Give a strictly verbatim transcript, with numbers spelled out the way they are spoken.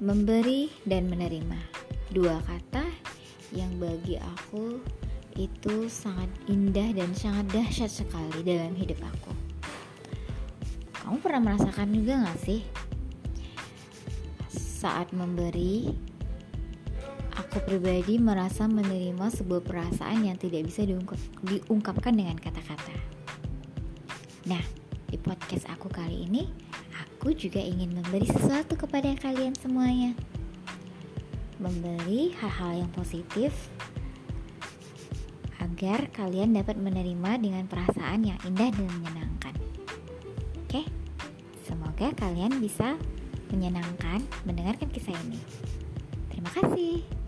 Memberi dan menerima, dua kata yang bagi aku itu sangat indah dan sangat dahsyat sekali dalam hidup aku. Kamu pernah merasakan juga gak sih? Saat memberi, aku pribadi merasa menerima sebuah perasaan yang tidak bisa diungkap, diungkapkan dengan kata-kata. Nah, di podcast aku kali ini, aku juga ingin memberi sesuatu kepada kalian semuanya. Memberi hal-hal yang positif agar kalian dapat menerima dengan perasaan yang indah dan menyenangkan. Oke, semoga kalian bisa menyenangkan mendengarkan kisah ini. Terima kasih.